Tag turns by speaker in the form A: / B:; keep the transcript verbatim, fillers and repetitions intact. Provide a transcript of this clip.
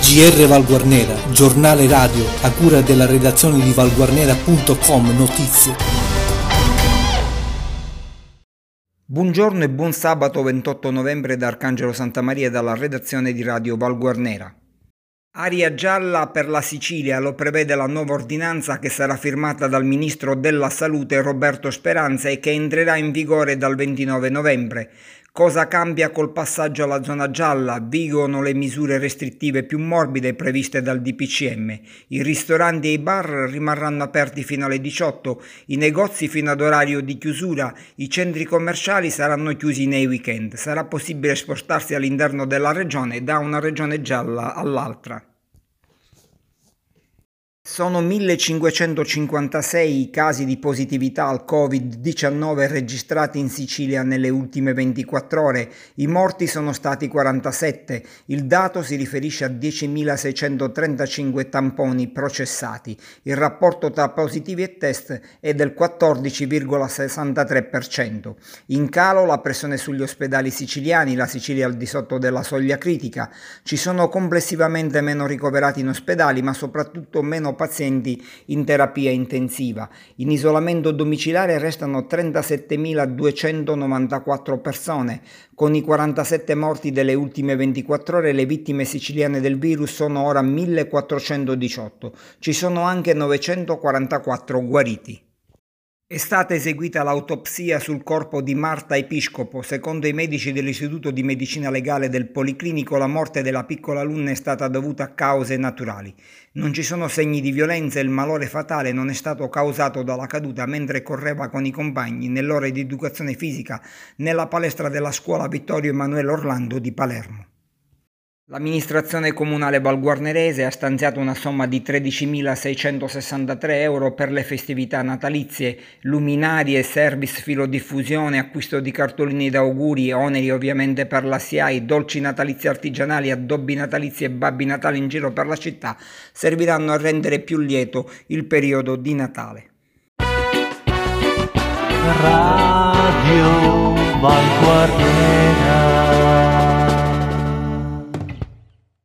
A: G R Val Guarnera, giornale radio a cura della redazione di valguarnera punto com Notizie.
B: Buongiorno e buon sabato ventotto novembre da Arcangelo Santamaria e dalla redazione di Radio Val Guarnera. Aria gialla per la Sicilia, lo prevede la nuova ordinanza che sarà firmata dal Ministro della Salute Roberto Speranza e che entrerà in vigore dal ventinove novembre. Cosa cambia col passaggio alla zona gialla? Vigono le misure restrittive più morbide previste dal D P C M. I ristoranti e i bar rimarranno aperti fino alle diciotto, i negozi fino ad orario di chiusura, i centri commerciali saranno chiusi nei weekend. Sarà possibile spostarsi all'interno della regione da una regione gialla all'altra. Sono millecinquecentocinquantasei i casi di positività al covid diciannove registrati in Sicilia nelle ultime ventiquattro ore, i morti sono stati quarantasette, il dato si riferisce a diecimilaseicentotrentacinque tamponi processati, il rapporto tra positivi e test è del quattordici virgola sessantatré per cento. In calo la pressione sugli ospedali siciliani, la Sicilia è al di sotto della soglia critica, ci sono complessivamente meno ricoverati in ospedali ma soprattutto meno pazienti in terapia intensiva. In isolamento domiciliare restano trentasettemiladuecentonovantaquattro persone. Con i quarantasette morti delle ultime ventiquattro ore, le vittime siciliane del virus sono ora millequattrocentodiciotto. Ci sono anche novecentoquarantaquattro guariti. È stata eseguita l'autopsia sul corpo di Marta Episcopo. Secondo i medici dell'Istituto di Medicina Legale del Policlinico, la morte della piccola alunna è stata dovuta a cause naturali. Non ci sono segni di violenza e il malore fatale non è stato causato dalla caduta mentre correva con i compagni nell'ora di educazione fisica nella palestra della scuola Vittorio Emanuele Orlando di Palermo. L'amministrazione comunale valguarnerese ha stanziato una somma di tredicimilaseicentosessantatré euro per le festività natalizie, luminarie, service filodiffusione, acquisto di cartolini d'auguri, oneri ovviamente per la S I A I, dolci natalizi artigianali, addobbi natalizi e babbi natali in giro per la città serviranno a rendere più lieto il periodo di Natale.
C: Radio Val Guarnera.